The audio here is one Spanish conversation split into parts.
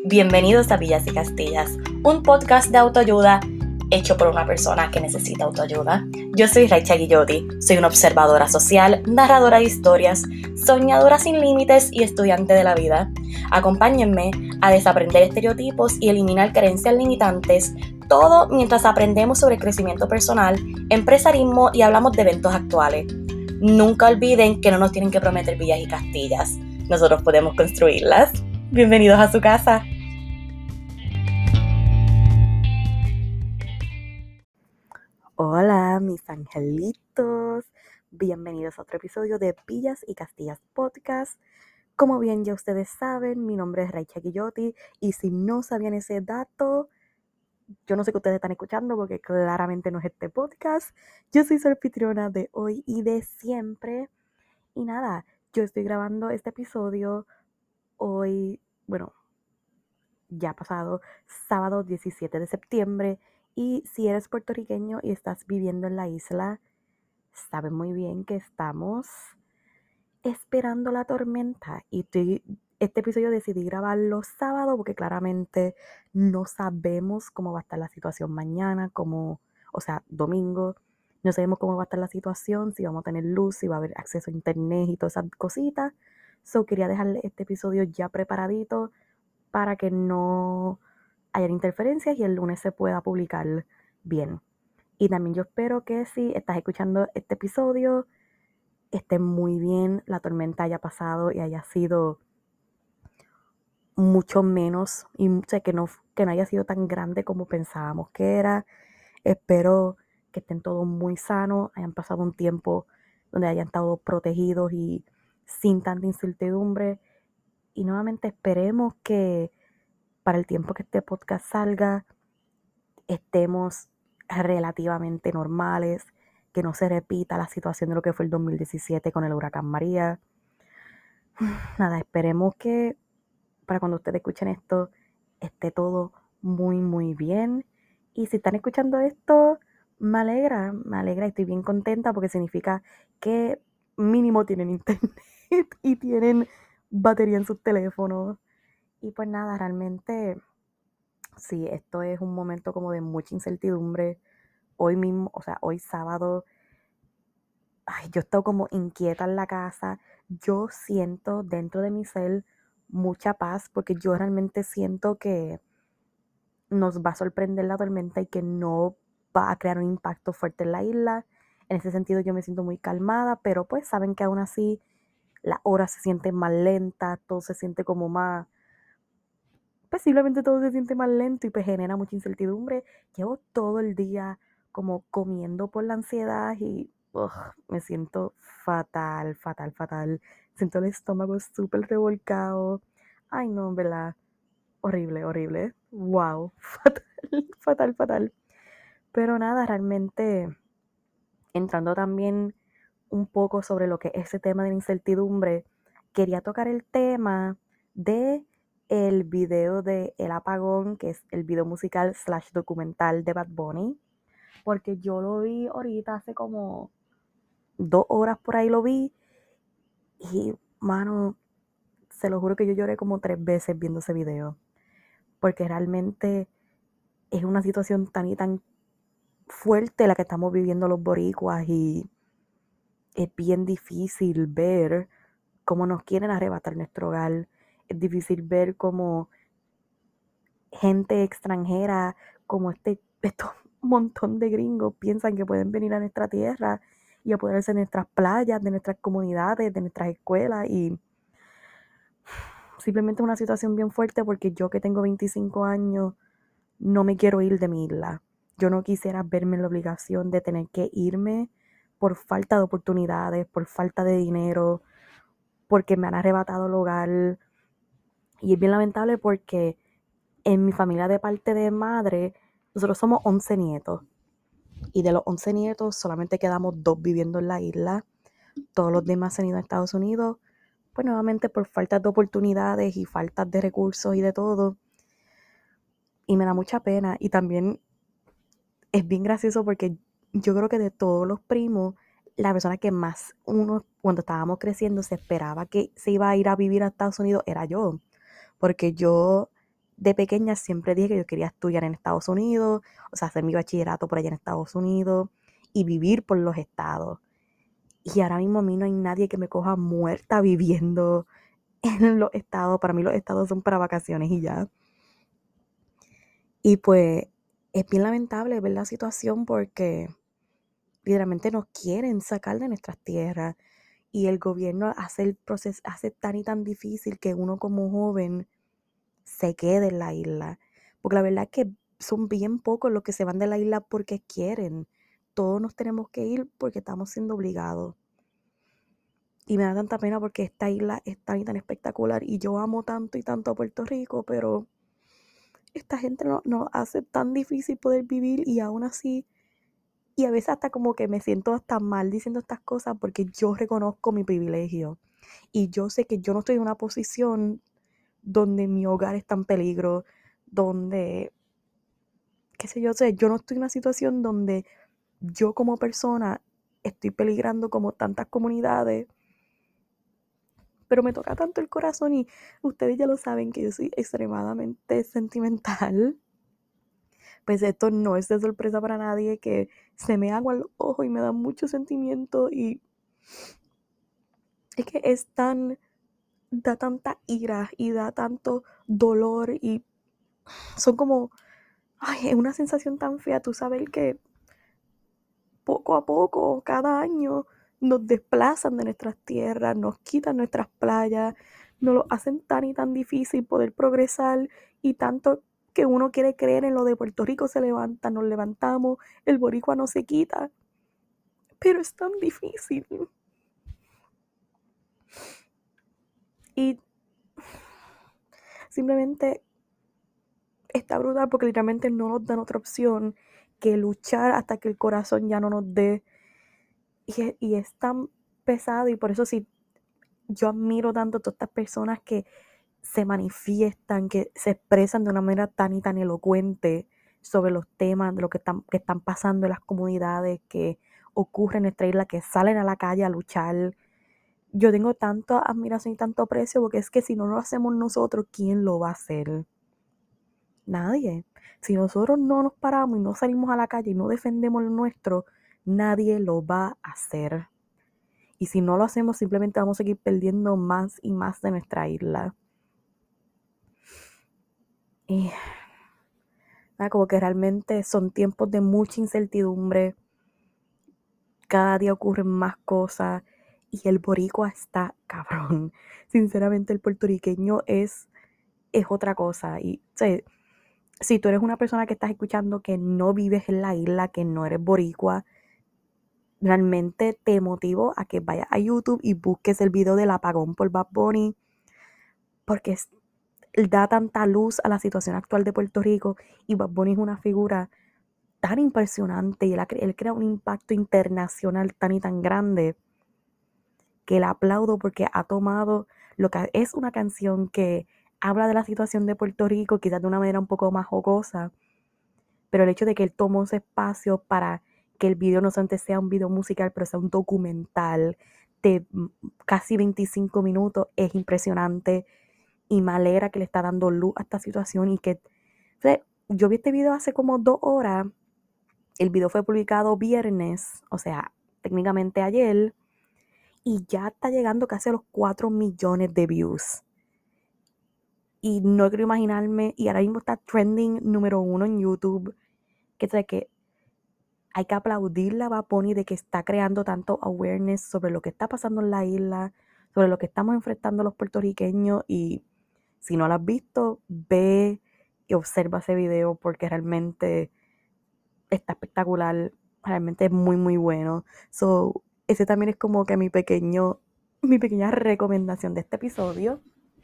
Bienvenidos a Villas y Castillas, un podcast de autoayuda hecho por una persona que necesita autoayuda. Yo soy Raicha Guillotti, soy una observadora social, narradora de historias, soñadora sin límites y estudiante de la vida. Acompáñenme a desaprender estereotipos y eliminar creencias limitantes, todo mientras aprendemos sobre crecimiento personal, empresarismo y hablamos de eventos actuales. Nunca olviden que no nos tienen que prometer villas y castillas, nosotros podemos construirlas. Bienvenidos a su casa. Hola, mis angelitos. Bienvenidos a otro episodio de Villas y Castillas Podcast. Como bien ya ustedes saben, mi nombre es Raicha Guillotti y si no sabían ese dato, yo no sé qué ustedes están escuchando porque claramente no es este podcast. Yo soy su anfitriona de hoy y de siempre. Y nada, yo estoy grabando este episodio hoy, ya pasado, sábado 17 de septiembre. Y si eres puertorriqueño y estás viviendo en la isla, sabes muy bien que estamos esperando la tormenta. Y este episodio decidí grabarlo sábado porque claramente no sabemos cómo va a estar la situación mañana, domingo. No sabemos cómo va a estar la situación, si vamos a tener luz, si va a haber acceso a internet y todas esas cositas. So quería dejarle este episodio ya preparadito para que no haya interferencias y el lunes se pueda publicar bien. Y también yo espero que si estás escuchando este episodio, esté muy bien, la tormenta haya pasado y haya sido mucho menos, y que no haya sido tan grande como pensábamos que era. Espero que estén todos muy sanos, hayan pasado un tiempo donde hayan estado protegidos y sin tanta incertidumbre. Y nuevamente esperemos que para el tiempo que este podcast salga, estemos relativamente normales, que no se repita la situación de lo que fue el 2017 con el huracán María. Nada, esperemos que para cuando ustedes escuchen esto esté todo muy, muy bien. Y si están escuchando esto, me alegra y estoy bien contenta porque significa que mínimo tienen internet y tienen batería en sus teléfonos. Y pues nada, realmente sí, esto es un momento como de mucha incertidumbre. Hoy mismo, hoy sábado, yo he estado como inquieta en la casa. Yo siento dentro de mi ser mucha paz porque yo realmente siento que nos va a sorprender la tormenta y que no va a crear un impacto fuerte en la isla. En ese sentido yo me siento muy calmada, pero pues saben que aún así la hora se siente más lenta, todo se siente como más, posiblemente todo se siente más lento y pues genera mucha incertidumbre. Llevo todo el día como comiendo por la ansiedad y me siento fatal. Siento el estómago súper revolcado. Ay, no, en verdad, horrible. Wow, fatal. Pero nada, realmente entrando también un poco sobre lo que es ese tema de la incertidumbre, quería tocar el tema de el video de El Apagón, que es el video musical / documental de Bad Bunny, porque yo lo vi ahorita hace como 2 horas por ahí lo vi y, mano, se lo juro que yo lloré como 3 veces viendo ese video, porque realmente es una situación tan y tan fuerte la que estamos viviendo los boricuas y es bien difícil ver cómo nos quieren arrebatar nuestro hogar. Es difícil ver cómo gente extranjera, como estos montón de gringos piensan que pueden venir a nuestra tierra y apoderarse de nuestras playas, de nuestras comunidades, de nuestras escuelas y simplemente es una situación bien fuerte porque yo que tengo 25 años no me quiero ir de mi isla. Yo no quisiera verme en la obligación de tener que irme por falta de oportunidades, por falta de dinero, porque me han arrebatado el hogar. Y es bien lamentable porque en mi familia de parte de madre, nosotros somos 11 nietos. Y de los 11 nietos solamente quedamos 2 viviendo en la isla. Todos los demás se han ido a Estados Unidos, pues nuevamente por falta de oportunidades y falta de recursos y de todo. Y me da mucha pena. Y también es bien gracioso porque yo creo que de todos los primos, la persona que más uno, cuando estábamos creciendo, se esperaba que se iba a ir a vivir a Estados Unidos era yo. Porque yo de pequeña siempre dije que yo quería estudiar en Estados Unidos, o sea, hacer mi bachillerato por allá en Estados Unidos y vivir por los estados. Y ahora mismo a mí no hay nadie que me coja muerta viviendo en los estados. Para mí los estados son para vacaciones y ya. Y pues es bien lamentable ver la situación porque literalmente nos quieren sacar de nuestras tierras y el gobierno hace el proceso, hace tan y tan difícil que uno como joven se quede en la isla. Porque la verdad es que son bien pocos los que se van de la isla porque quieren. Todos nos tenemos que ir porque estamos siendo obligados. Y me da tanta pena porque esta isla es tan y tan espectacular y yo amo tanto y tanto a Puerto Rico, pero esta gente nos hace tan difícil poder vivir y aún así, y a veces hasta como que me siento hasta mal diciendo estas cosas porque yo reconozco mi privilegio y yo sé que yo no estoy en una posición donde mi hogar está en peligro, donde, qué sé yo, sé, yo no estoy en una situación donde yo como persona estoy peligrando como tantas comunidades, pero me toca tanto el corazón y ustedes ya lo saben que yo soy extremadamente sentimental. Pues esto no es de sorpresa para nadie, que se me agua el ojo y me da mucho sentimiento y es que da tanta ira y da tanto dolor y son como, ay, es una sensación tan fea, tú sabes que poco a poco, cada año, nos desplazan de nuestras tierras, nos quitan nuestras playas, nos lo hacen tan y tan difícil poder progresar y tanto que uno quiere creer en lo de Puerto Rico se levanta, nos levantamos, el boricua no se quita, pero es tan difícil. Y simplemente está brutal porque literalmente no nos dan otra opción que luchar hasta que el corazón ya no nos dé. Y es tan pesado y por eso sí, yo admiro tanto a todas estas personas que se manifiestan, que se expresan de una manera tan y tan elocuente sobre los temas de lo que están pasando en las comunidades, que ocurre en nuestra isla, que salen a la calle a luchar. Yo tengo tanta admiración y tanto aprecio porque es que si no lo hacemos nosotros, ¿quién lo va a hacer? Nadie. Si nosotros no nos paramos y no salimos a la calle y no defendemos lo nuestro, nadie lo va a hacer. Y si no lo hacemos, simplemente vamos a seguir perdiendo más y más de nuestra isla. Y como que realmente son tiempos de mucha incertidumbre. Cada día ocurren más cosas. Y el boricua está cabrón. Sinceramente, el puertorriqueño es otra cosa. Y o sea, si tú eres una persona que estás escuchando que no vives en la isla, que no eres boricua, realmente te motivo a que vayas a YouTube y busques el video del apagón por Bad Bunny, porque da tanta luz a la situación actual de Puerto Rico y Bad Bunny es una figura tan impresionante y él crea un impacto internacional tan y tan grande que le aplaudo porque ha tomado lo que es una canción que habla de la situación de Puerto Rico, quizás de una manera un poco más jocosa, pero el hecho de que él tomó ese espacio para que el video no solamente sea un video musical, pero sea un documental de casi 25 minutos es impresionante y me alegra que le está dando luz a esta situación y que, o sea, yo vi este video hace como 2 horas, el video fue publicado viernes, o sea, técnicamente ayer, y ya está llegando casi a los 4 millones de views. Y no quiero imaginarme, y ahora mismo está trending número 1 en YouTube, que hay que aplaudirle a Bad Bunny de que está creando tanto awareness sobre lo que está pasando en la isla, sobre lo que estamos enfrentando los puertorriqueños. Y si no lo has visto, ve y observa ese video porque realmente está espectacular, realmente es muy muy bueno. So, ese también es como que mi pequeña recomendación de este episodio.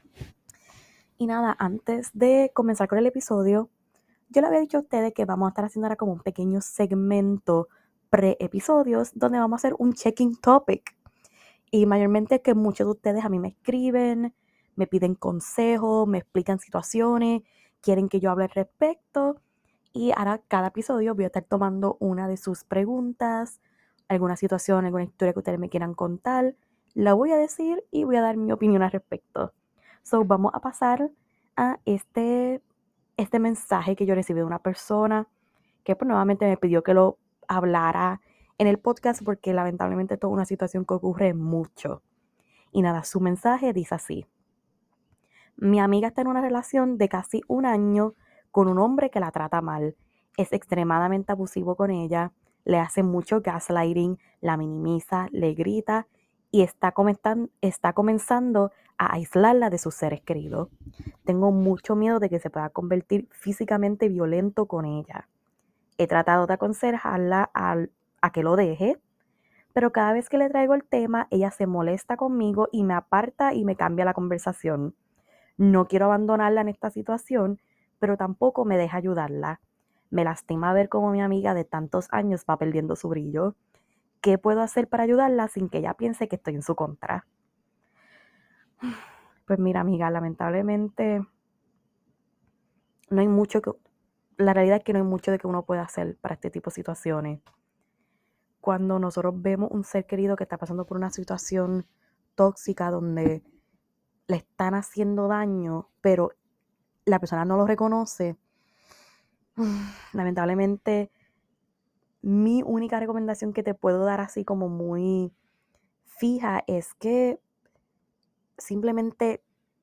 Y nada, antes de comenzar con el episodio, yo le había dicho a ustedes que vamos a estar haciendo ahora como un pequeño segmento pre-episodios donde vamos a hacer un checking topic. Y mayormente es que muchos de ustedes a mí me escriben, me piden consejos, me explican situaciones, quieren que yo hable al respecto. Y ahora cada episodio voy a estar tomando una de sus preguntas, alguna situación, alguna historia que ustedes me quieran contar. La voy a decir y voy a dar mi opinión al respecto. So, vamos a pasar a este este mensaje que yo recibí de una persona que pues nuevamente me pidió que lo hablara en el podcast porque lamentablemente esto es una situación que ocurre mucho. Y nada, su mensaje dice así: mi amiga está en una relación de casi un año con un hombre que la trata mal. Es extremadamente abusivo con ella, le hace mucho gaslighting, la minimiza, le grita y está comenzando a aislarla de sus seres queridos. Tengo mucho miedo de que se pueda convertir físicamente violento con ella. He tratado de aconsejarla a que lo deje, pero cada vez que le traigo el tema, ella se molesta conmigo y me aparta y me cambia la conversación. No quiero abandonarla en esta situación, pero tampoco me deja ayudarla. Me lastima ver cómo mi amiga de tantos años va perdiendo su brillo. ¿Qué puedo hacer para ayudarla sin que ella piense que estoy en su contra? Pues mira, amiga, lamentablemente no hay mucho que... La realidad es que no hay mucho de que uno pueda hacer para este tipo de situaciones. Cuando nosotros vemos un ser querido que está pasando por una situación tóxica donde le están haciendo daño, pero la persona no lo reconoce, lamentablemente mi única recomendación que te puedo dar así como muy fija es que simplemente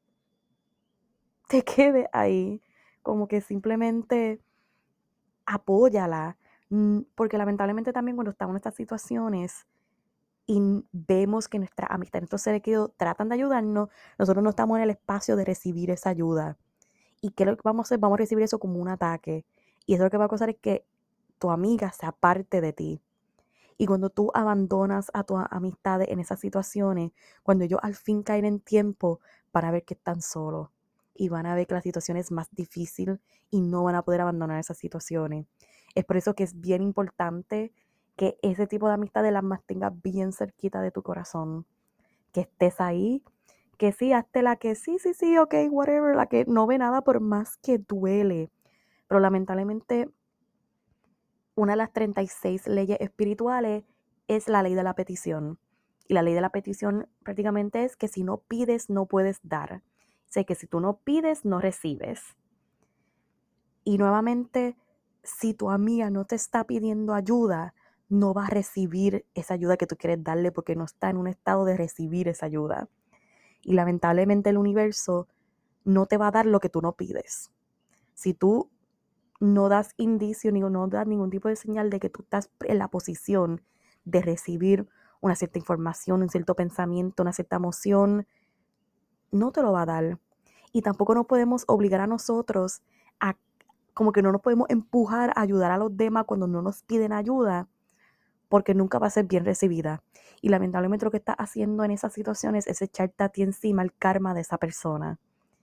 te quede ahí, como que simplemente apóyala, porque lamentablemente también cuando estamos en estas situaciones y vemos que nuestra amistad, nuestros seres queridos tratan de ayudarnos, nosotros no estamos en el espacio de recibir esa ayuda. ¿Y qué es lo que vamos a hacer? Vamos a recibir eso como un ataque. Y eso lo que va a causar es que tu amiga se aparte de ti. Y cuando tú abandonas a tus amistades en esas situaciones, cuando ellos al fin caen en tiempo, van a ver que están solos y van a ver que la situación es más difícil y no van a poder abandonar esas situaciones. Es por eso que es bien importante que ese tipo de amistades las mantengas bien cerquita de tu corazón, que estés ahí, que sí, hazte la que sí, ok, whatever, la que no ve nada por más que duele. Pero lamentablemente una de las 36 leyes espirituales es la ley de la petición. Y la ley de la petición prácticamente es que si no pides, no puedes dar. Sé que si tú no pides, no recibes. Y nuevamente, si tu amiga no te está pidiendo ayuda, no va a recibir esa ayuda que tú quieres darle porque no está en un estado de recibir esa ayuda. Y lamentablemente el universo no te va a dar lo que tú no pides. Si tú no das indicio ni no das ningún tipo de señal de que tú estás en la posición de recibir una cierta información, un cierto pensamiento, una cierta emoción, no te lo va a dar. Y tampoco nos podemos obligar a nosotros a, como que no nos podemos empujar a ayudar a los demás cuando no nos piden ayuda, porque nunca va a ser bien recibida. Y lamentablemente lo que estás haciendo en esas situaciones es echarte a ti encima el karma de esa persona.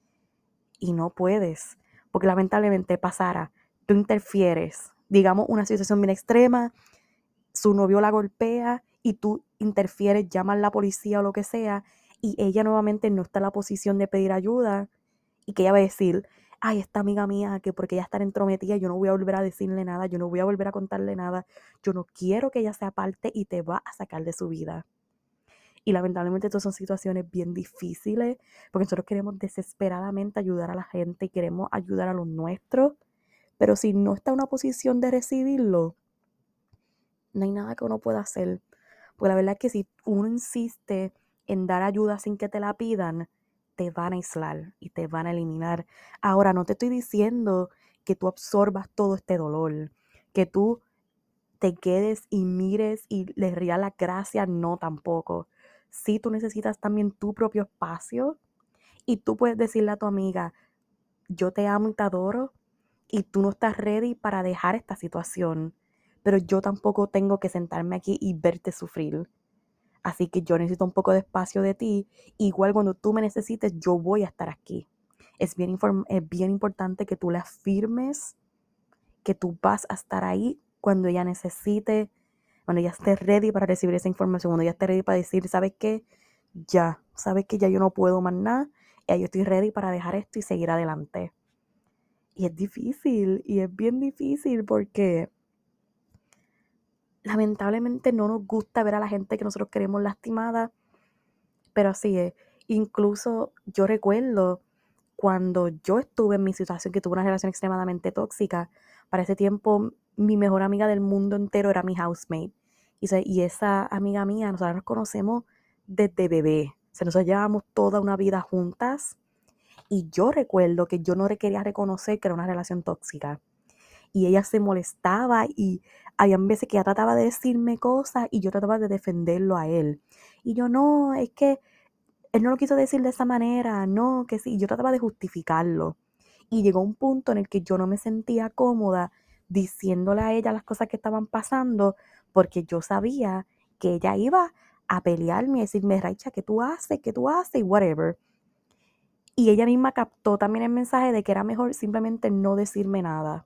Y no puedes, porque lamentablemente pasará, tú interfieres, digamos una situación bien extrema, su novio la golpea y tú interfieres, llamas a la policía o lo que sea, y ella nuevamente no está en la posición de pedir ayuda, y que ella va a decir, ay, esta amiga mía, que porque ella está entrometida, yo no voy a volver a decirle nada, yo no voy a volver a contarle nada, yo no quiero que ella sea parte y te va a sacar de su vida. Y lamentablemente todas son situaciones bien difíciles, porque nosotros queremos desesperadamente ayudar a la gente y queremos ayudar a los nuestros, pero si no está en una posición de recibirlo, no hay nada que uno pueda hacer. Porque la verdad es que si uno insiste en dar ayuda sin que te la pidan, te van a aislar y te van a eliminar. Ahora, no te estoy diciendo que tú absorbas todo este dolor, que tú te quedes y mires y le rías la gracia, no tampoco. Sí, tú necesitas también tu propio espacio y tú puedes decirle a tu amiga, yo te amo y te adoro y tú no estás ready para dejar esta situación, pero yo tampoco tengo que sentarme aquí y verte sufrir. Así que yo necesito un poco de espacio de ti. Igual cuando tú me necesites, yo voy a estar aquí. Es bien importante que tú le afirmes que tú vas a estar ahí cuando ella necesite, cuando ella esté ready para recibir esa información, cuando ella esté ready para decir, sabes que ya yo no puedo más nada, ya yo estoy ready para dejar esto y seguir adelante. Y es difícil, y es bien difícil porque lamentablemente no nos gusta ver a la gente que nosotros queremos lastimada, pero así es. Incluso yo recuerdo cuando yo estuve en mi situación, que tuve una relación extremadamente tóxica, para ese tiempo mi mejor amiga del mundo entero era mi housemate. Y esa amiga mía, nosotros nos conocemos desde bebé. O sea, nosotros llevamos toda una vida juntas. Y yo recuerdo que yo no quería reconocer que era una relación tóxica. Y ella se molestaba y habían veces que ella trataba de decirme cosas y yo trataba de defenderlo a él. Y yo, no, es que él no lo quiso decir de esa manera, no, que sí. Yo trataba de justificarlo. Y llegó un punto en el que yo no me sentía cómoda diciéndole a ella las cosas que estaban pasando porque yo sabía que ella iba a pelearme y decirme, Raicha, ¿qué tú haces? ¿Qué tú haces? Y whatever. Y ella misma captó también el mensaje de que era mejor simplemente no decirme nada.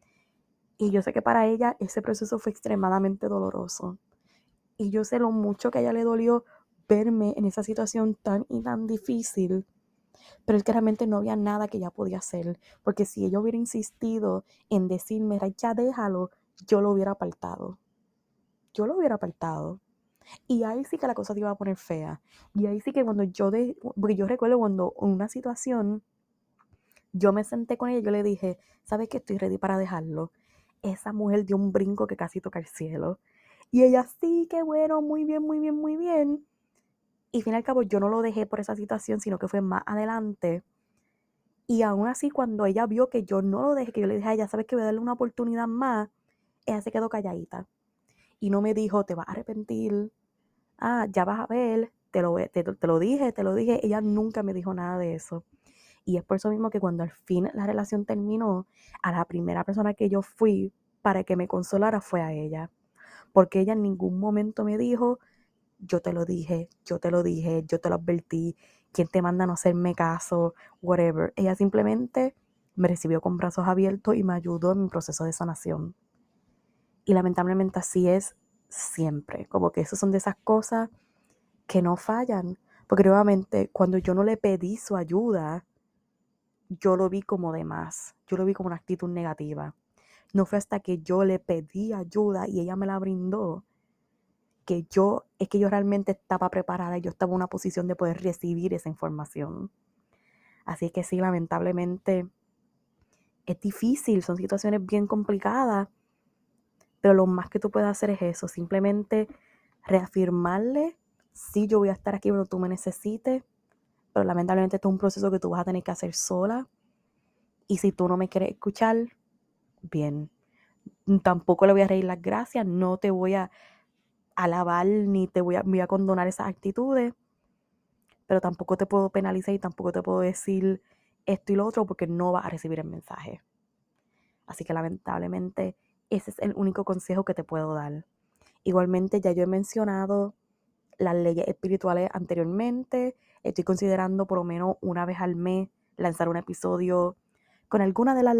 Y yo sé que para ella ese proceso fue extremadamente doloroso. Y yo sé lo mucho que a ella le dolió verme en esa situación tan y tan difícil. Pero es que realmente no había nada que ella podía hacer. Porque si ella hubiera insistido en decirme, ya déjalo, yo lo hubiera apartado. Yo lo hubiera apartado. Y ahí sí que la cosa se iba a poner fea. Y ahí sí que porque yo recuerdo cuando en una situación yo me senté con ella y yo le dije, ¿sabes qué? Estoy ready para dejarlo. Esa mujer dio un brinco que casi toca el cielo. Y ella, sí, qué bueno, muy bien, muy bien, muy bien. Y al fin y al cabo yo no lo dejé por esa situación, sino que fue más adelante. Y aún así, cuando ella vio que yo no lo dejé, que yo le dije a ella, ¿sabes qué? Voy a darle una oportunidad más, ella se quedó calladita. Y no me dijo, te vas a arrepentir. Ah, ya vas a ver, te lo dije. Ella nunca me dijo nada de eso. Y es por eso mismo que cuando al fin la relación terminó, a la primera persona que yo fui para que me consolara fue a ella. Porque ella en ningún momento me dijo, yo te lo dije, yo te lo dije, yo te lo advertí, quién te manda a no hacerme caso, whatever. Ella simplemente me recibió con brazos abiertos y me ayudó en mi proceso de sanación. Y lamentablemente así es siempre. Como que esas son de esas cosas que no fallan. Porque nuevamente, cuando yo no le pedí su ayuda, yo lo vi como de más. Yo lo vi como una actitud negativa. No fue hasta que yo le pedí ayuda y ella me la brindó es que yo realmente estaba preparada y yo estaba en una posición de poder recibir esa información. Así que sí, lamentablemente es difícil, son situaciones bien complicadas, pero lo más que tú puedes hacer es eso, simplemente reafirmarle, sí, yo voy a estar aquí cuando tú me necesites, pero lamentablemente esto es un proceso que tú vas a tener que hacer sola. Y si tú no me quieres escuchar, bien, tampoco le voy a reír las gracias, no te voy a alabar ni me voy a condonar esas actitudes, pero tampoco te puedo penalizar y tampoco te puedo decir esto y lo otro porque no vas a recibir el mensaje. Así que lamentablemente ese es el único consejo que te puedo dar. Igualmente ya yo he mencionado las leyes espirituales anteriormente. Estoy considerando por lo menos una vez al mes lanzar un episodio con alguna de las,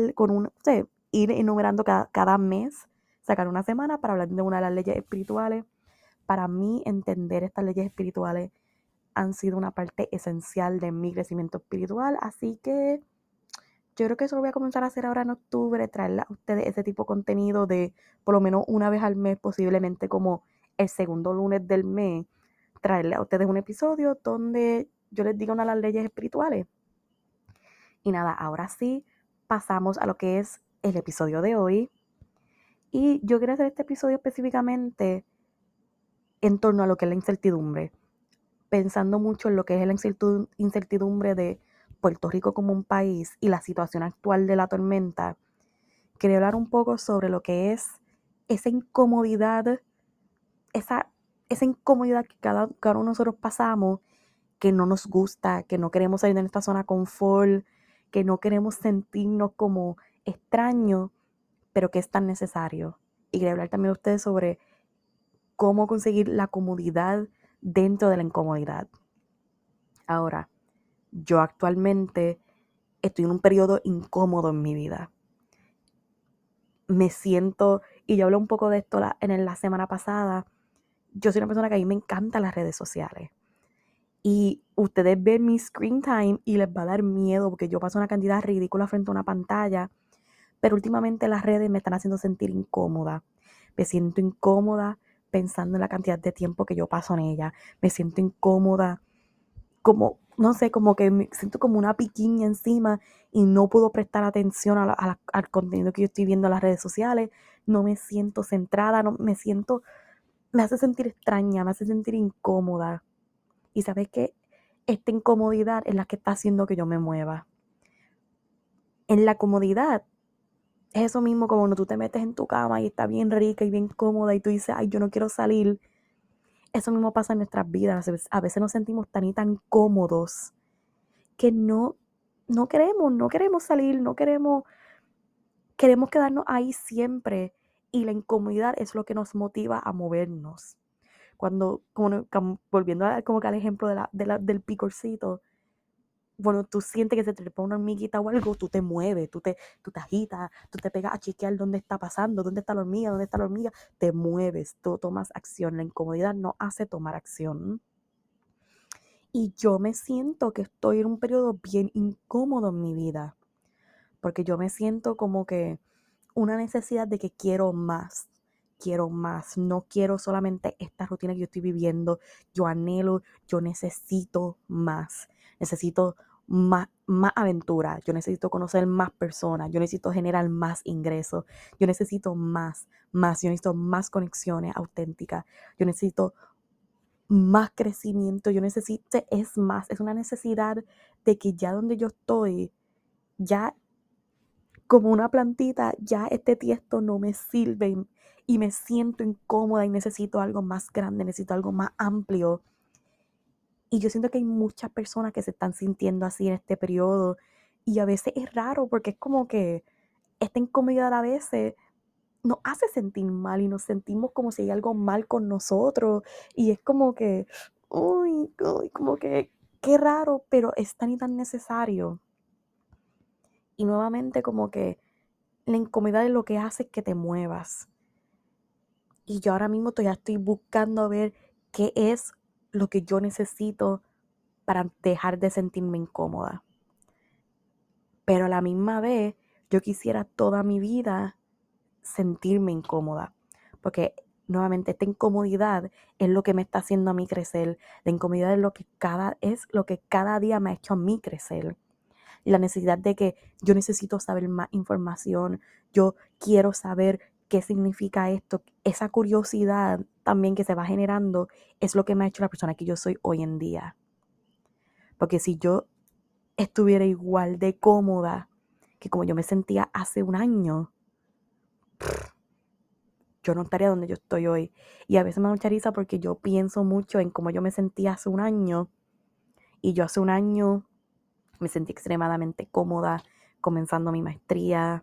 ir enumerando cada mes, sacar una semana para hablar de una de las leyes espirituales. Para mí entender estas leyes espirituales han sido una parte esencial de mi crecimiento espiritual, así que yo creo que eso lo voy a comenzar a hacer ahora en octubre, traerle a ustedes ese tipo de contenido de por lo menos una vez al mes, posiblemente como el segundo lunes del mes, traerle a ustedes un episodio donde yo les diga una de las leyes espirituales. Y nada, ahora sí, pasamos a lo que es el episodio de hoy. Y yo quiero hacer este episodio específicamente en torno a lo que es la incertidumbre, pensando mucho en lo que es la incertidumbre de Puerto Rico como un país y la situación actual de la tormenta. Quería hablar un poco sobre lo que es esa incomodidad, esa incomodidad que cada uno de nosotros pasamos, que no nos gusta, que no queremos salir de nuestra zona de confort, que no queremos sentirnos como extraños, pero que es tan necesario. Y quería hablar también a ustedes sobre cómo conseguir la comodidad dentro de la incomodidad. Ahora, yo actualmente estoy en un periodo incómodo en mi vida. Me siento, y yo hablé un poco de esto en la semana pasada, yo soy una persona que a mí me encantan las redes sociales. Y ustedes ven mi screen time y les va a dar miedo porque yo paso una cantidad ridícula frente a una pantalla. Pero últimamente las redes me están haciendo sentir incómoda. Me siento incómoda pensando en la cantidad de tiempo que yo paso en ella. Me siento incómoda como no sé, como que me siento como una piquiña encima y no puedo prestar atención al contenido que yo estoy viendo en las redes sociales, no me siento centrada, no me siento, me hace sentir extraña, me hace sentir incómoda. Y sabes que esta incomodidad es la que está haciendo que yo me mueva. En la comodidad es eso mismo como cuando tú te metes en tu cama y está bien rica y bien cómoda y tú dices, ay, yo no quiero salir. Eso mismo pasa en nuestras vidas. A veces nos sentimos tan y tan cómodos que no queremos salir, queremos quedarnos ahí siempre. Y la incomodidad es lo que nos motiva a movernos. Volviendo como que al ejemplo del picorcito, bueno, tú sientes que se te pone una hormiguita o algo, tú te mueves, tú te agitas, tú te pegas a chequear dónde está pasando, dónde está la hormiga, te mueves, tú tomas acción. La incomodidad no hace tomar acción. Y yo me siento que estoy en un periodo bien incómodo en mi vida, porque yo me siento como que una necesidad de que quiero más, no quiero solamente esta rutina que yo estoy viviendo, yo anhelo, yo necesito más aventura, yo necesito conocer más personas, yo necesito generar más ingresos, yo necesito yo necesito más conexiones auténticas, yo necesito más crecimiento, es una necesidad de que ya donde yo estoy, ya como una plantita, ya este tiesto no me sirve y me siento incómoda y necesito algo más grande, necesito algo más amplio. Y yo siento que hay muchas personas que se están sintiendo así en este periodo y a veces es raro porque es como que esta incomodidad a veces nos hace sentir mal y nos sentimos como si hay algo mal con nosotros y es como que, uy, uy, como que, qué raro, pero es tan y tan necesario. Y nuevamente como que la incomodidad es lo que hace que te muevas. Y yo ahora mismo ya estoy buscando ver qué es lo que yo necesito para dejar de sentirme incómoda. Pero a la misma vez, yo quisiera toda mi vida sentirme incómoda. Porque nuevamente esta incomodidad es lo que me está haciendo a mí crecer. La incomodidad es lo que cada día me ha hecho a mí crecer. Y la necesidad de que yo necesito saber más información, yo quiero saber qué significa esto, esa curiosidad también que se va generando es lo que me ha hecho la persona que yo soy hoy en día. Porque si yo estuviera igual de cómoda que como yo me sentía hace un año, yo no estaría donde yo estoy hoy. Y a veces me da mucha risa porque yo pienso mucho en cómo yo me sentía hace un año. Y yo hace un año me sentí extremadamente cómoda comenzando mi maestría.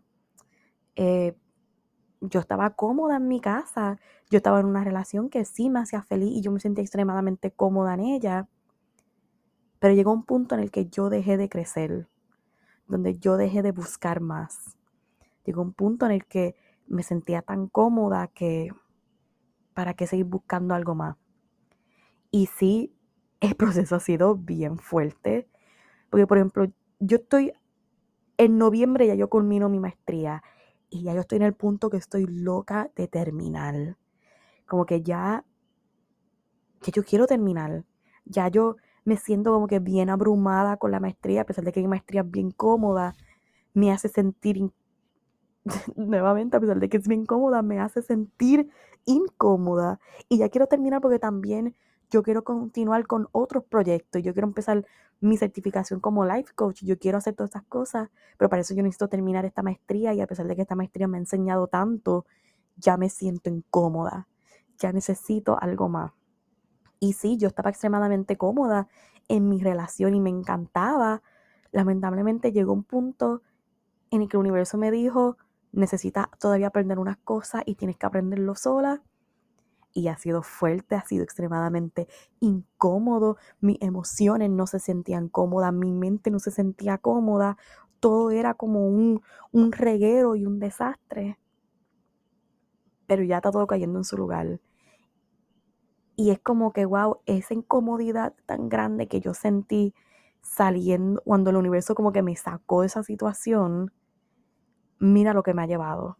Yo estaba cómoda en mi casa. Yo estaba en una relación que sí me hacía feliz y yo me sentía extremadamente cómoda en ella. Pero llegó un punto en el que yo dejé de crecer, donde yo dejé de buscar más. Llegó un punto en el que me sentía tan cómoda que para qué seguir buscando algo más. Y sí, el proceso ha sido bien fuerte, porque por ejemplo, yo estoy en noviembre, ya yo culmino mi maestría y ya yo estoy en el punto que estoy loca de terminar. Como que yo quiero terminar. Ya yo me siento como que bien abrumada con la maestría, a pesar de que mi maestría es bien cómoda, me hace sentir nuevamente, a pesar de que es bien cómoda, me hace sentir incómoda. Y ya quiero terminar porque también yo quiero continuar con otros proyectos. Yo quiero empezar mi certificación como life coach. Yo quiero hacer todas estas cosas, pero para eso yo necesito terminar esta maestría y a pesar de que esta maestría me ha enseñado tanto, ya me siento incómoda. Ya necesito algo más. Y sí, yo estaba extremadamente cómoda en mi relación y me encantaba. Lamentablemente llegó un punto en el que el universo me dijo, necesitas todavía aprender unas cosas y tienes que aprenderlo sola. Y ha sido fuerte, ha sido extremadamente incómodo. Mis emociones no se sentían cómodas, mi mente no se sentía cómoda. Todo era como un reguero y un desastre. Pero ya está todo cayendo en su lugar. Y es como que, wow, esa incomodidad tan grande que yo sentí saliendo, cuando el universo como que me sacó de esa situación, mira lo que me ha llevado.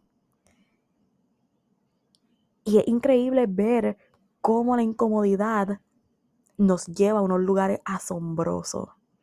Y es increíble ver cómo la incomodidad nos lleva a unos lugares asombrosos.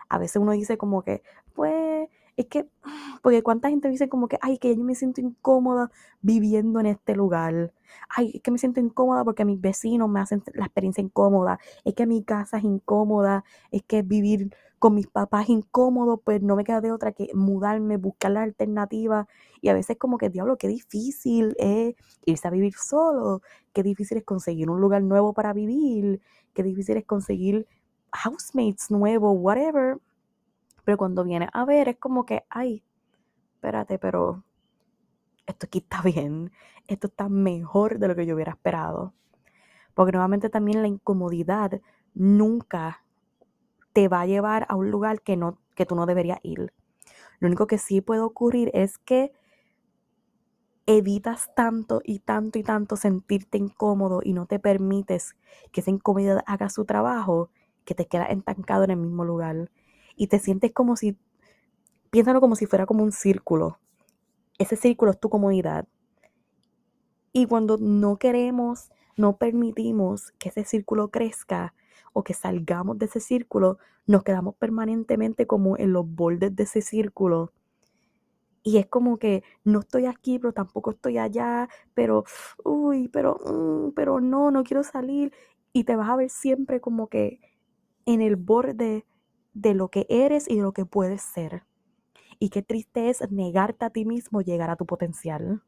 A veces uno dice como que, pues, es que, porque cuánta gente dice como que, ay, que yo me siento incómoda viviendo en este lugar. Ay, es que me siento incómoda porque mis vecinos me hacen la experiencia incómoda. Es que mi casa es incómoda. Es que vivir con mis papás es incómodo, pues no me queda de otra que mudarme, buscar la alternativa. Y a veces como que, diablo, qué difícil es irse a vivir solo. Qué difícil es conseguir un lugar nuevo para vivir. Qué difícil es conseguir housemates nuevos, whatever. Pero cuando vienes a ver es como que, ay, espérate, pero esto aquí está bien, esto está mejor de lo que yo hubiera esperado. Porque nuevamente también la incomodidad nunca te va a llevar a un lugar que tú no deberías ir. Lo único que sí puede ocurrir es que evitas tanto y tanto y tanto sentirte incómodo y no te permites que esa incomodidad haga su trabajo, que te quedas estancado en el mismo lugar. Y te sientes como si, piénsalo como si fuera como un círculo. Ese círculo es tu comodidad. Y cuando no queremos, no permitimos que ese círculo crezca o que salgamos de ese círculo, nos quedamos permanentemente como en los bordes de ese círculo. Y es como que no estoy aquí, pero tampoco estoy allá, pero, uy, pero no, no quiero salir. Y te vas a ver siempre como que en el borde de lo que eres y de lo que puedes ser. Y qué triste es negarte a ti mismo llegar a tu potencial.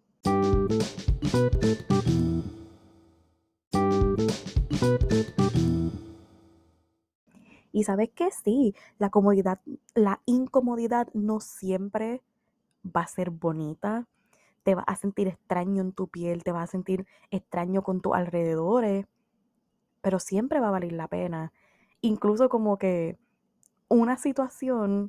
Y sabes que sí, la incomodidad no siempre va a ser bonita. Te vas a sentir extraño en tu piel, te vas a sentir extraño con tus alrededores, pero siempre va a valer la pena. Incluso como que una situación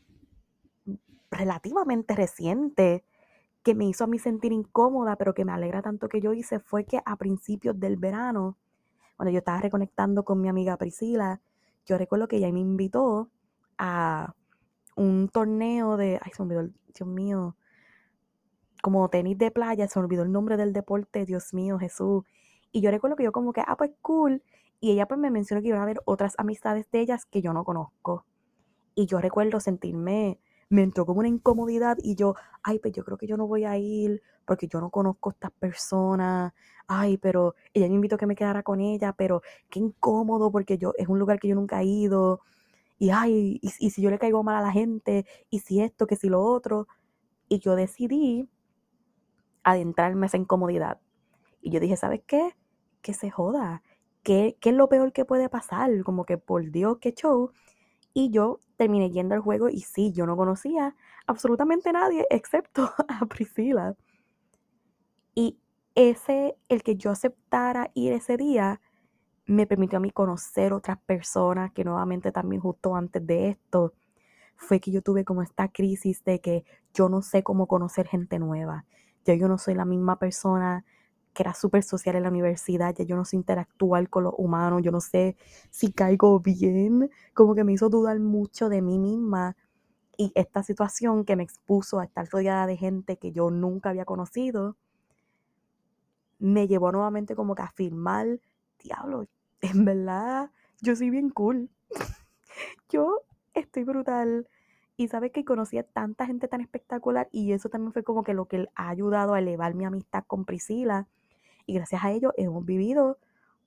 relativamente reciente que me hizo a mí sentir incómoda, pero que me alegra tanto que yo hice, fue que a principios del verano, cuando yo estaba reconectando con mi amiga Priscila, yo recuerdo que ella me invitó a un torneo de, ay, se me olvidó, Dios mío, como tenis de playa, se me olvidó el nombre del deporte, Dios mío, Jesús. Y yo recuerdo que yo como que, pues cool. Y ella pues me mencionó que iban a haber otras amistades de ellas que yo no conozco. Y yo recuerdo sentirme, me entró como una incomodidad y yo, ay, pues yo creo que yo no voy a ir porque yo no conozco a estas personas. Ay, pero ella me invitó a que me quedara con ella, pero qué incómodo porque yo, es un lugar que yo nunca he ido. Y ay, y si yo le caigo mal a la gente, y si esto, que si lo otro. Y yo decidí adentrarme a esa incomodidad. Y yo dije, ¿sabes qué? Que se joda. ¿Qué es lo peor que puede pasar? Como que por Dios, qué show. Y yo terminé yendo al juego y sí, yo no conocía absolutamente nadie excepto a Priscila. Y el que yo aceptara ir ese día, me permitió a mí conocer otras personas que nuevamente también justo antes de esto, fue que yo tuve como esta crisis de que yo no sé cómo conocer gente nueva. Ya yo no soy la misma persona que era súper social en la universidad, ya yo no sé interactuar con los humanos, yo no sé si caigo bien, como que me hizo dudar mucho de mí misma y esta situación que me expuso a estar rodeada de gente que yo nunca había conocido, me llevó nuevamente como que a afirmar, diablo, en verdad, yo soy bien cool. Yo estoy brutal. Y sabes que conocí a tanta gente tan espectacular y eso también fue como que lo que ha ayudado a elevar mi amistad con Priscila. Y gracias a ello hemos vivido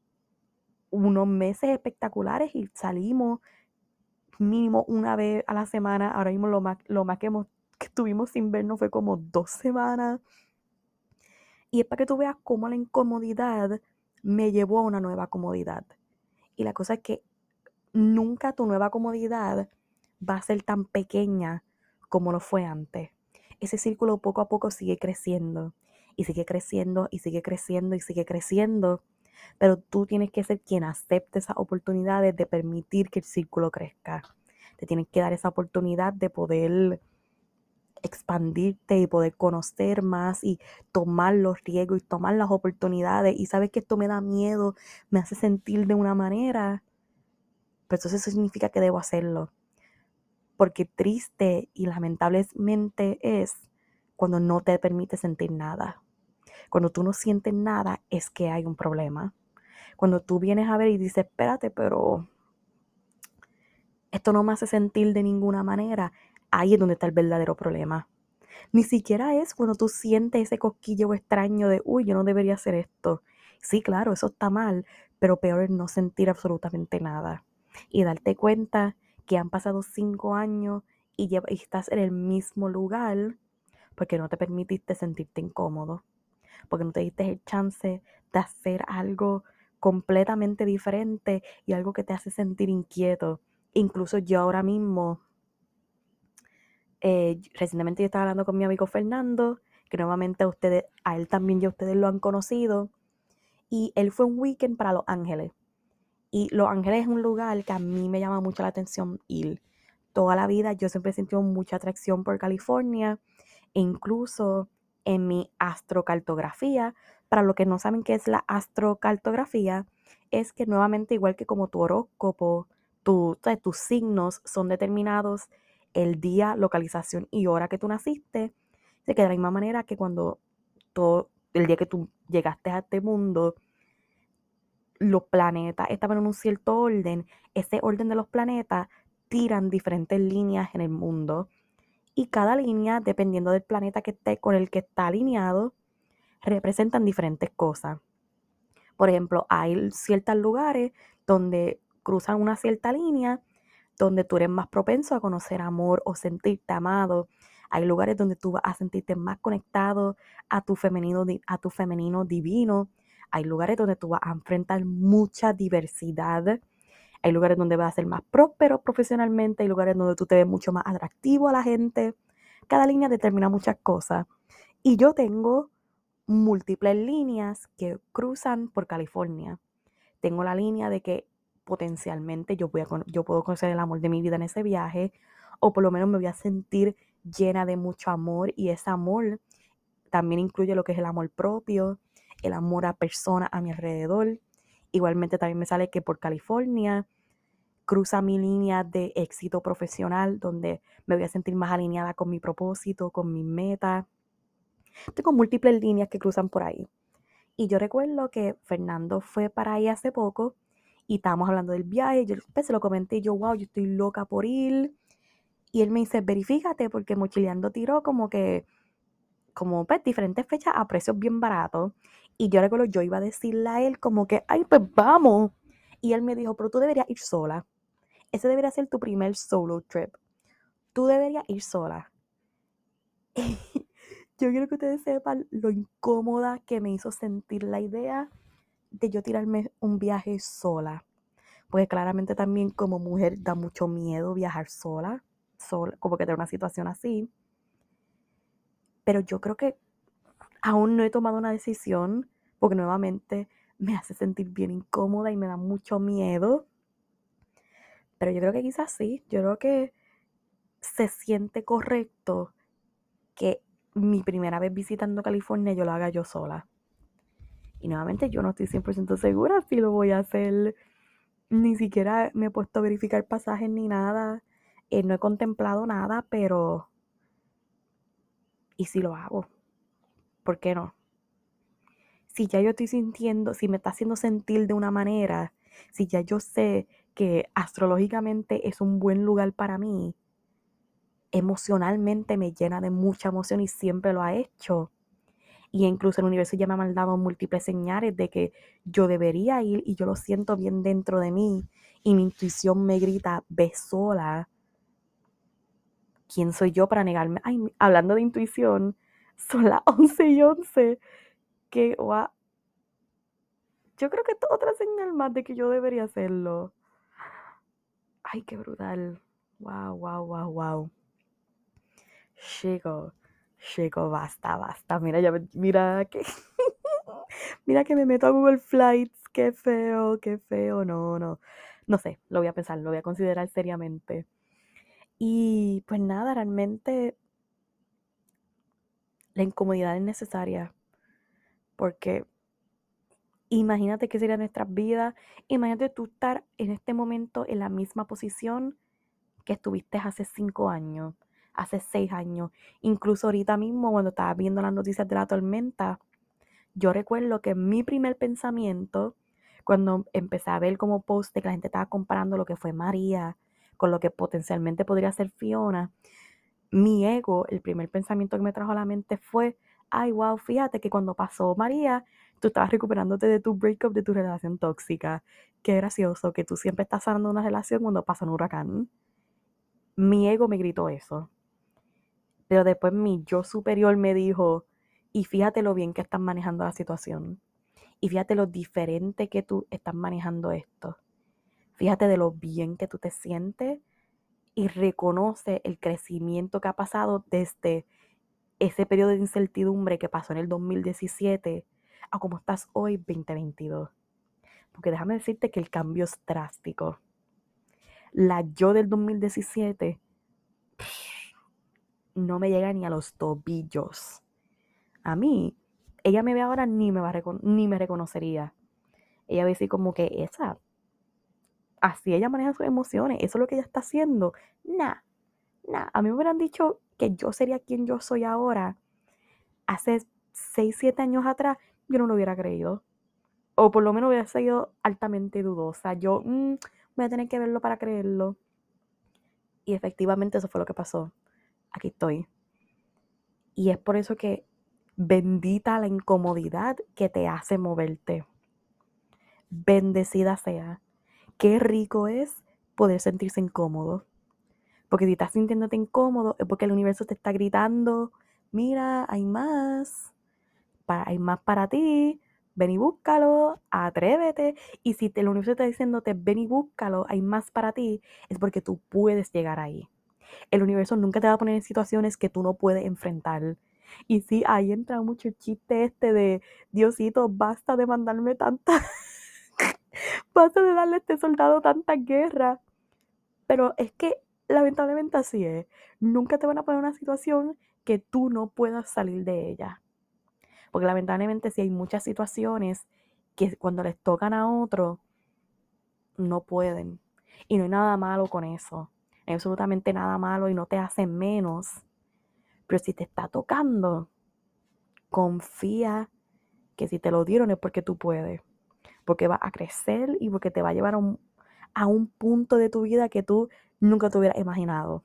unos meses espectaculares y salimos mínimo una vez a la semana. Ahora mismo lo más que estuvimos sin vernos fue como 2 semanas. Y es para que tú veas cómo la incomodidad me llevó a una nueva comodidad. Y la cosa es que nunca tu nueva comodidad va a ser tan pequeña como lo fue antes. Ese círculo poco a poco sigue creciendo y sigue creciendo y sigue creciendo y sigue creciendo, pero tú tienes que ser quien acepte esas oportunidades de permitir que el círculo crezca. Te tienes que dar esa oportunidad de poder expandirte y poder conocer más y tomar los riesgos y tomar las oportunidades. Y sabes que esto me da miedo, me hace sentir de una manera, pero entonces eso significa que debo hacerlo. Porque triste y lamentablemente es cuando no te permite sentir nada. Cuando tú no sientes nada es que hay un problema. Cuando tú vienes a ver y dices, espérate, pero esto no me hace sentir de ninguna manera, ahí es donde está el verdadero problema. Ni siquiera es cuando tú sientes ese cosquilleo extraño de, uy, yo no debería hacer esto. Sí, claro, eso está mal, pero peor es no sentir absolutamente nada. Y darte cuenta que han pasado 5 años y estás en el mismo lugar porque no te permitiste sentirte incómodo, porque no te diste el chance de hacer algo completamente diferente y algo que te hace sentir inquieto. Incluso yo ahora mismo, recientemente yo estaba hablando con mi amigo Fernando, que nuevamente a él también ya ustedes lo han conocido, y él fue un weekend para Los Ángeles. Y Los Ángeles es un lugar que a mí me llama mucho la atención ir. Toda la vida yo siempre he sentido mucha atracción por California, e incluso en mi astrocartografía. Para los que no saben qué es la astrocartografía, es que nuevamente, igual que como tu horóscopo, tus signos son determinados el día, localización y hora que tú naciste, de que de la misma manera que cuando el día que tú llegaste a este mundo, los planetas estaban en un cierto orden, ese orden de los planetas tiran diferentes líneas en el mundo y cada línea, dependiendo del planeta que esté con el que está alineado, representan diferentes cosas. Por ejemplo, hay ciertos lugares donde cruzan una cierta línea donde tú eres más propenso a conocer amor o sentirte amado. Hay lugares donde tú vas a sentirte más conectado a tu femenino divino. Hay lugares donde tú vas a enfrentar mucha diversidad. Hay lugares donde vas a ser más próspero profesionalmente. Hay lugares donde tú te ves mucho más atractivo a la gente. Cada línea determina muchas cosas. Y yo tengo múltiples líneas que cruzan por California. Tengo la línea de que potencialmente yo puedo conocer el amor de mi vida en ese viaje, o por lo menos me voy a sentir llena de mucho amor, y ese amor también incluye lo que es el amor propio, el amor a personas a mi alrededor. Igualmente también me sale que por California cruza mi línea de éxito profesional, donde me voy a sentir más alineada con mi propósito, con mis metas. Tengo múltiples líneas que cruzan por ahí. Y yo recuerdo que Fernando fue para ahí hace poco y estábamos hablando del viaje. Yo pues, se lo comenté y yo, wow, yo estoy loca por ir. Y él me dice, verifícate, porque Mochileando tiró como pues, diferentes fechas a precios bien baratos. Y yo recuerdo, yo iba a decirle a él como que, ay, pues vamos. Y él me dijo, pero tú deberías ir sola. Ese debería ser tu primer solo trip. Tú deberías ir sola. Yo quiero que ustedes sepan lo incómoda que me hizo sentir la idea de yo tirarme un viaje sola. Porque claramente también como mujer da mucho miedo viajar sola, como que tener una situación así. Pero yo creo que aún no he tomado una decisión, porque nuevamente me hace sentir bien incómoda y me da mucho miedo. Pero yo creo que quizás sí, yo creo que se siente correcto que mi primera vez visitando California yo lo haga yo sola. Y nuevamente yo no estoy 100% segura si lo voy a hacer. Ni siquiera me he puesto a verificar pasajes ni nada. No he contemplado nada, pero ¿y si lo hago? ¿Por qué no? Si ya yo estoy sintiendo, si me está haciendo sentir de una manera, si ya yo sé que astrológicamente es un buen lugar para mí, emocionalmente me llena de mucha emoción y siempre lo ha hecho. Y incluso el universo ya me ha mandado múltiples señales de que yo debería ir y yo lo siento bien dentro de mí. Y mi intuición me grita, ve sola. ¿Quién soy yo para negarme? Ay, hablando de intuición, son las 11:11. Que, wow, yo creo que esto es otra señal más de que yo debería hacerlo. Ay, qué brutal. Wow, wow, wow, wow. Chico, chico, basta, basta. Mira, mira que, mira que me meto a Google Flights. Qué feo, qué feo. No, no. No sé, lo voy a pensar, lo voy a considerar seriamente. Y pues nada, realmente la incomodidad es necesaria, porque imagínate qué sería nuestras vidas. Imagínate tú estar en este momento en la misma posición que estuviste hace 5 años, hace 6 años. Incluso ahorita mismo, cuando estaba viendo las noticias de la tormenta, yo recuerdo que mi primer pensamiento, cuando empecé a ver como post de que la gente estaba comparando lo que fue María con lo que potencialmente podría ser Fiona, mi ego, el primer pensamiento que me trajo a la mente fue, ay, wow, fíjate que cuando pasó María, tú estabas recuperándote de tu breakup, de tu relación tóxica. Qué gracioso que tú siempre estás sanando una relación cuando pasa un huracán. Mi ego me gritó eso. Pero después mi yo superior me dijo, y fíjate lo bien que estás manejando la situación. Y fíjate lo diferente que tú estás manejando esto. Fíjate de lo bien que tú te sientes y reconoce el crecimiento que ha pasado desde ese periodo de incertidumbre que pasó en el 2017 a cómo estás hoy 2022. Porque déjame decirte que el cambio es drástico. La yo del 2017 no me llega ni a los tobillos. A mí, ella me ve ahora ni me reconocería. Ella ve así como que así ella maneja sus emociones, eso es lo que ella está haciendo. Nah, a mí me hubieran dicho que yo sería quien yo soy ahora. Hace 6, 7 años atrás, yo no lo hubiera creído. O por lo menos hubiera sido altamente dudosa. Yo voy a tener que verlo para creerlo. Y efectivamente eso fue lo que pasó. Aquí estoy. Y es por eso que bendita la incomodidad que te hace moverte. Bendecida sea. Qué rico es poder sentirse incómodo. Porque si estás sintiéndote incómodo es porque el universo te está gritando, mira, hay más. Hay más para ti, ven y búscalo, atrévete. Y si el universo está diciéndote, ven y búscalo, hay más para ti, es porque tú puedes llegar ahí. El universo nunca te va a poner en situaciones que tú no puedes enfrentar. Y sí, ahí entra mucho el chiste de, Diosito, basta de mandarme tanta, basta de darle a este soldado tanta guerra. Pero es que lamentablemente así es. Nunca te van a poner en una situación que tú no puedas salir de ella. Porque lamentablemente sí hay muchas situaciones que cuando les tocan a otro, no pueden. Y no hay nada malo con eso. No hay absolutamente nada malo y no te hacen menos. Pero si te está tocando, confía que si te lo dieron es porque tú puedes. Porque va a crecer y porque te va a llevar a un punto de tu vida que tú nunca te hubieras imaginado.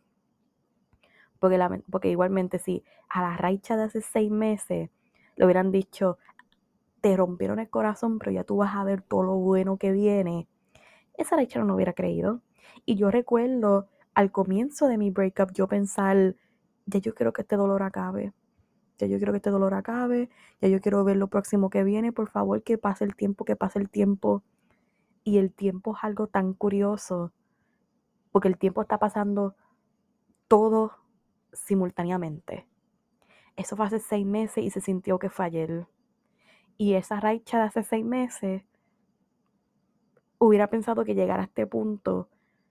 Porque igualmente si a la Raicha de hace 6 meses le hubieran dicho, te rompieron el corazón, pero ya tú vas a ver todo lo bueno que viene, esa Raicha no hubiera creído. Y yo recuerdo al comienzo de mi breakup yo pensar, ya yo quiero que este dolor acabe, ya yo quiero que este dolor acabe, ya yo quiero ver lo próximo que viene, por favor que pase el tiempo, que pase el tiempo. Y el tiempo es algo tan curioso, porque el tiempo está pasando todo simultáneamente. Eso fue hace 6 meses y se sintió que fue ayer. Y esa Raicha de hace 6 meses hubiera pensado que llegar a este punto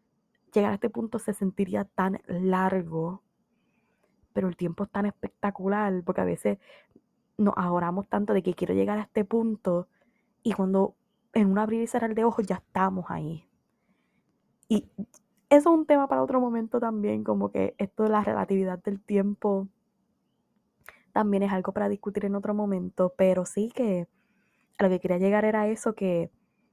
se sentiría tan largo, pero el tiempo es tan espectacular, porque a veces nos ahorramos tanto de que quiero llegar a este punto y cuando en un abrir y cerrar de ojos ya estamos ahí. Y eso es un tema para otro momento también, como que esto de la relatividad del tiempo también es algo para discutir en otro momento, pero sí que a lo que quería llegar era eso, que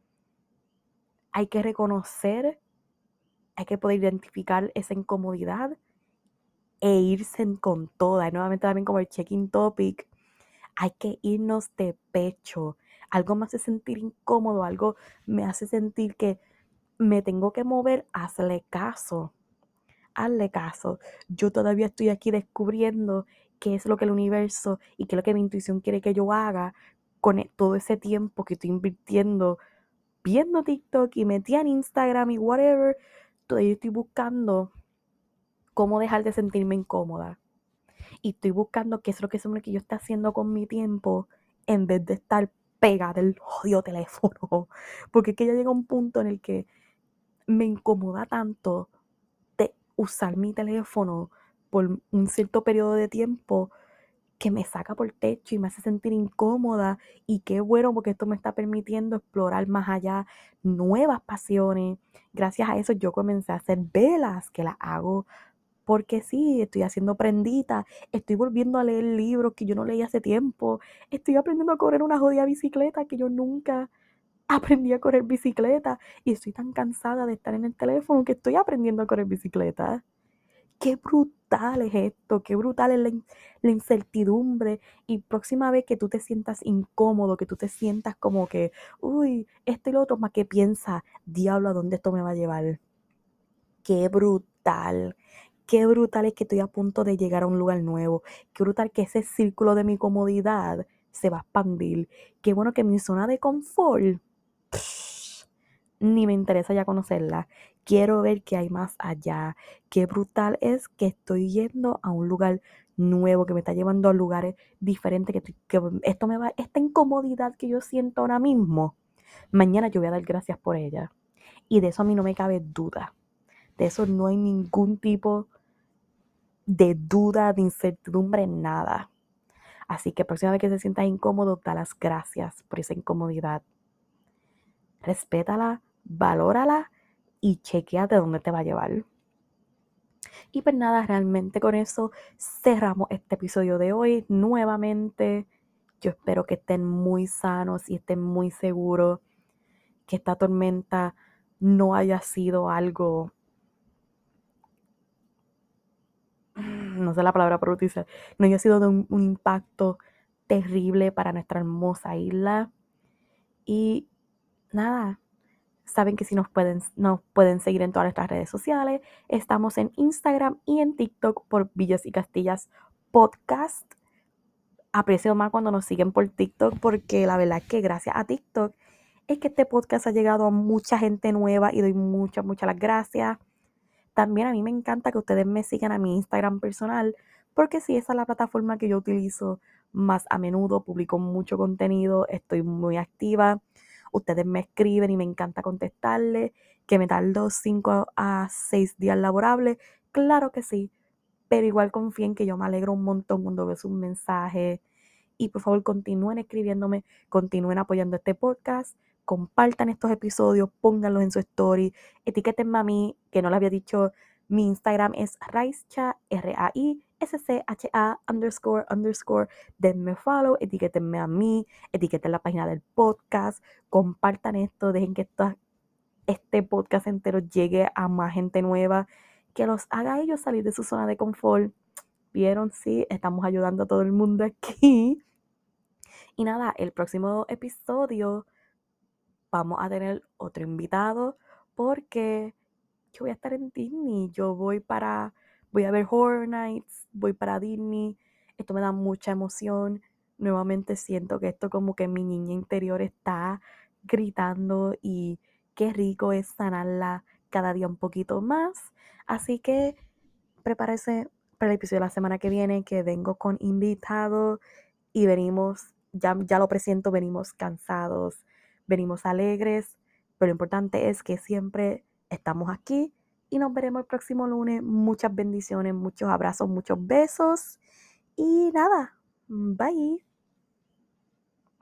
hay que reconocer, hay que poder identificar esa incomodidad e irse con toda. Y nuevamente también como el check-in topic, hay que irnos de pecho. Algo me hace sentir incómodo, algo me hace sentir que me tengo que mover, hazle caso. Hazle caso. Yo todavía estoy aquí descubriendo qué es lo que el universo y qué es lo que mi intuición quiere que yo haga con todo ese tiempo que estoy invirtiendo viendo TikTok y metía en Instagram y whatever. Todavía estoy buscando cómo dejar de sentirme incómoda. Y estoy buscando qué es lo que yo estoy haciendo con mi tiempo en vez de estar pegada al jodido teléfono. Porque es que ya llega un punto en el que me incomoda tanto de usar mi teléfono por un cierto periodo de tiempo que me saca por el techo y me hace sentir incómoda. Y qué bueno, porque esto me está permitiendo explorar más allá nuevas pasiones. Gracias a eso yo comencé a hacer velas, que las hago porque sí, estoy haciendo prendita, estoy volviendo a leer libros que yo no leí hace tiempo, estoy aprendiendo a correr una jodida bicicleta que yo nunca aprendí a correr bicicleta y estoy tan cansada de estar en el teléfono que estoy aprendiendo a correr bicicleta. Qué brutal es esto, qué brutal es la incertidumbre. Y próxima vez que tú te sientas incómodo, que tú te sientas como que, uy, esto y lo otro, más que piensa, diablo, ¿a dónde esto me va a llevar? Qué brutal. Qué brutal es que estoy a punto de llegar a un lugar nuevo. Qué brutal que ese círculo de mi comodidad se va a expandir. Qué bueno que mi zona de confort, ni me interesa ya conocerla. Quiero ver qué hay más allá. Qué brutal es que estoy yendo a un lugar nuevo, que me está llevando a lugares diferentes, que esto me va, esta incomodidad que yo siento ahora mismo, mañana yo voy a dar gracias por ella. Y de eso a mí no me cabe duda. De eso no hay ningún tipo de duda, de incertidumbre, nada. Así que próxima vez que se sientas incómodo, da las gracias por esa incomodidad. Respétala, valórala y chequéate dónde te va a llevar. Y pues nada, realmente con eso cerramos este episodio de hoy. Nuevamente, yo espero que estén muy sanos y estén muy seguros, que esta tormenta no haya sido algo, no sé la palabra para utilizar, no haya sido de un impacto terrible para nuestra hermosa isla. Y nada, saben que si nos pueden seguir en todas nuestras redes sociales. Estamos en Instagram y en TikTok por Villas y Castillas Podcast. Aprecio más cuando nos siguen por TikTok porque la verdad es que gracias a TikTok es que este podcast ha llegado a mucha gente nueva y doy muchas las gracias. También a mí me encanta que ustedes me sigan a mi Instagram personal porque sí, esa es la plataforma que yo utilizo más a menudo, publico mucho contenido, estoy muy activa. Ustedes me escriben y me encanta contestarles, que me tardo 5 a 6 días laborables. Claro que sí, pero igual confíen que yo me alegro un montón cuando veo sus mensajes. Y por favor continúen escribiéndome, continúen apoyando este podcast, compartan estos episodios, pónganlos en su story, etiquétenme a mí, que no les había dicho, mi Instagram es Raischa, RAISCHA __, denme follow, etiquétenme a mí, etiqueten la página del podcast, compartan esto, dejen que este podcast entero llegue a más gente nueva, que los haga a ellos salir de su zona de confort. ¿Vieron? Sí, estamos ayudando a todo el mundo aquí. Y nada, el próximo episodio vamos a tener otro invitado porque yo voy a estar en Disney. Voy a ver Horror Nights, voy para Disney. Esto me da mucha emoción. Nuevamente siento que esto como que mi niña interior está gritando y qué rico es sanarla cada día un poquito más. Así que prepárese para el episodio de la semana que viene, que vengo con invitado y venimos, ya lo presiento, venimos cansados, venimos alegres, pero lo importante es que siempre estamos aquí y nos veremos el próximo lunes. Muchas bendiciones, muchos abrazos, muchos besos y nada, bye.